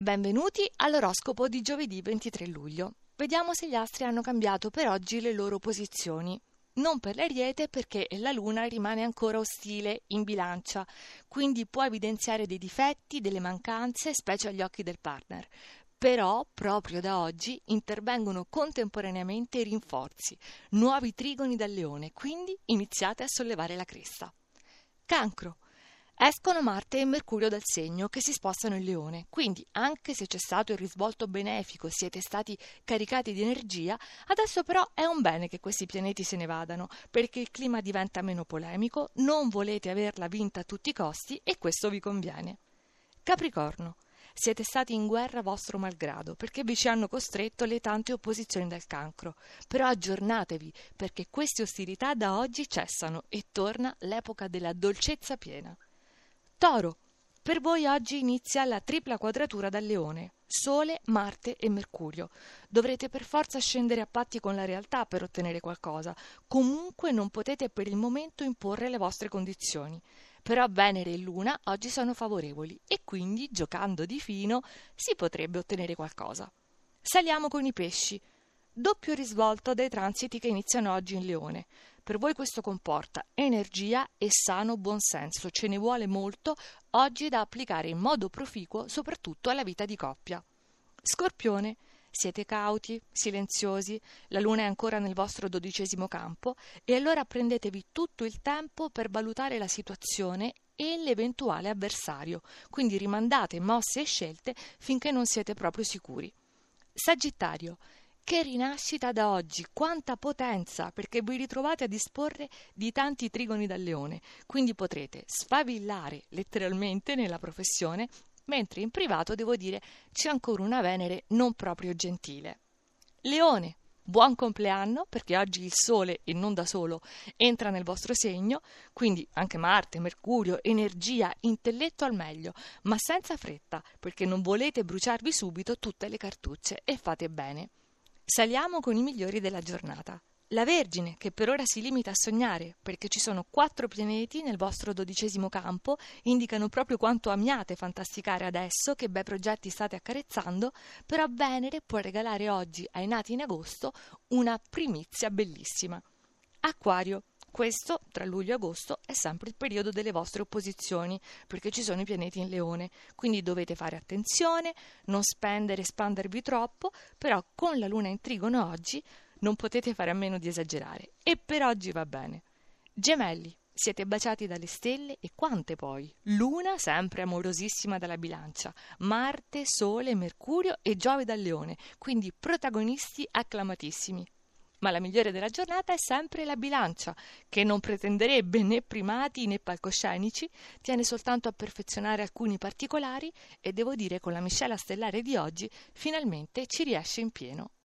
Benvenuti all'oroscopo di giovedì 23 luglio. Vediamo se gli astri hanno cambiato per oggi le loro posizioni. Non per l'Ariete perché la Luna rimane ancora ostile in Bilancia, quindi può evidenziare dei difetti, delle mancanze, specie agli occhi del partner. Però, proprio da oggi, intervengono contemporaneamente i rinforzi, nuovi trigoni dal Leone, quindi iniziate a sollevare la cresta. Cancro. Escono Marte e Mercurio dal segno che si spostano in Leone, quindi anche se c'è stato il risvolto benefico e siete stati caricati di energia, adesso però è un bene che questi pianeti se ne vadano, perché il clima diventa meno polemico, non volete averla vinta a tutti i costi e questo vi conviene. Capricorno. Siete stati in guerra vostro malgrado, perché vi ci hanno costretto le tante opposizioni del Cancro. Però aggiornatevi, perché queste ostilità da oggi cessano e torna l'epoca della dolcezza piena. Toro, per voi oggi inizia la tripla quadratura dal Leone, Sole, Marte e Mercurio. Dovrete per forza scendere a patti con la realtà per ottenere qualcosa. Comunque non potete per il momento imporre le vostre condizioni. Però Venere e Luna oggi sono favorevoli e quindi, giocando di fino, si potrebbe ottenere qualcosa. Saliamo con i pesci. Doppio risvolto dai transiti che iniziano oggi in Leone. Per voi questo comporta energia e sano buonsenso. Ce ne vuole molto oggi da applicare in modo proficuo soprattutto alla vita di coppia. Scorpione. Siete cauti, silenziosi, la luna è ancora nel vostro 12° campo e allora prendetevi tutto il tempo per valutare la situazione e l'eventuale avversario, quindi rimandate mosse e scelte finché non siete proprio sicuri. Sagittario. Che rinascita da oggi, quanta potenza, perché vi ritrovate a disporre di tanti trigoni dal Leone, quindi potrete sfavillare letteralmente nella professione, mentre in privato devo dire c'è ancora una Venere non proprio gentile. Leone, buon compleanno, perché oggi il Sole, e non da solo, entra nel vostro segno, quindi anche Marte, Mercurio, energia, intelletto al meglio, ma senza fretta, perché non volete bruciarvi subito tutte le cartucce e fate bene. Saliamo con i migliori della giornata. La Vergine, che per ora si limita a sognare, perché ci sono 4 pianeti nel vostro 12° campo, indicano proprio quanto amiate fantasticare adesso, che bei progetti state accarezzando, però Venere può regalare oggi ai nati in agosto una primizia bellissima. Acquario. Questo, tra luglio e agosto, è sempre il periodo delle vostre opposizioni, perché ci sono i pianeti in Leone, quindi dovete fare attenzione, non spendere e spandervi troppo, però con la luna in trigono oggi non potete fare a meno di esagerare. E per oggi va bene. Gemelli, siete baciati dalle stelle e quante poi? Luna sempre amorosissima dalla Bilancia, Marte, Sole, Mercurio e Giove dal Leone, quindi protagonisti acclamatissimi. Ma la migliore della giornata è sempre la Bilancia, che non pretenderebbe né primati né palcoscenici, tiene soltanto a perfezionare alcuni particolari e devo dire con la miscela stellare di oggi finalmente ci riesce in pieno.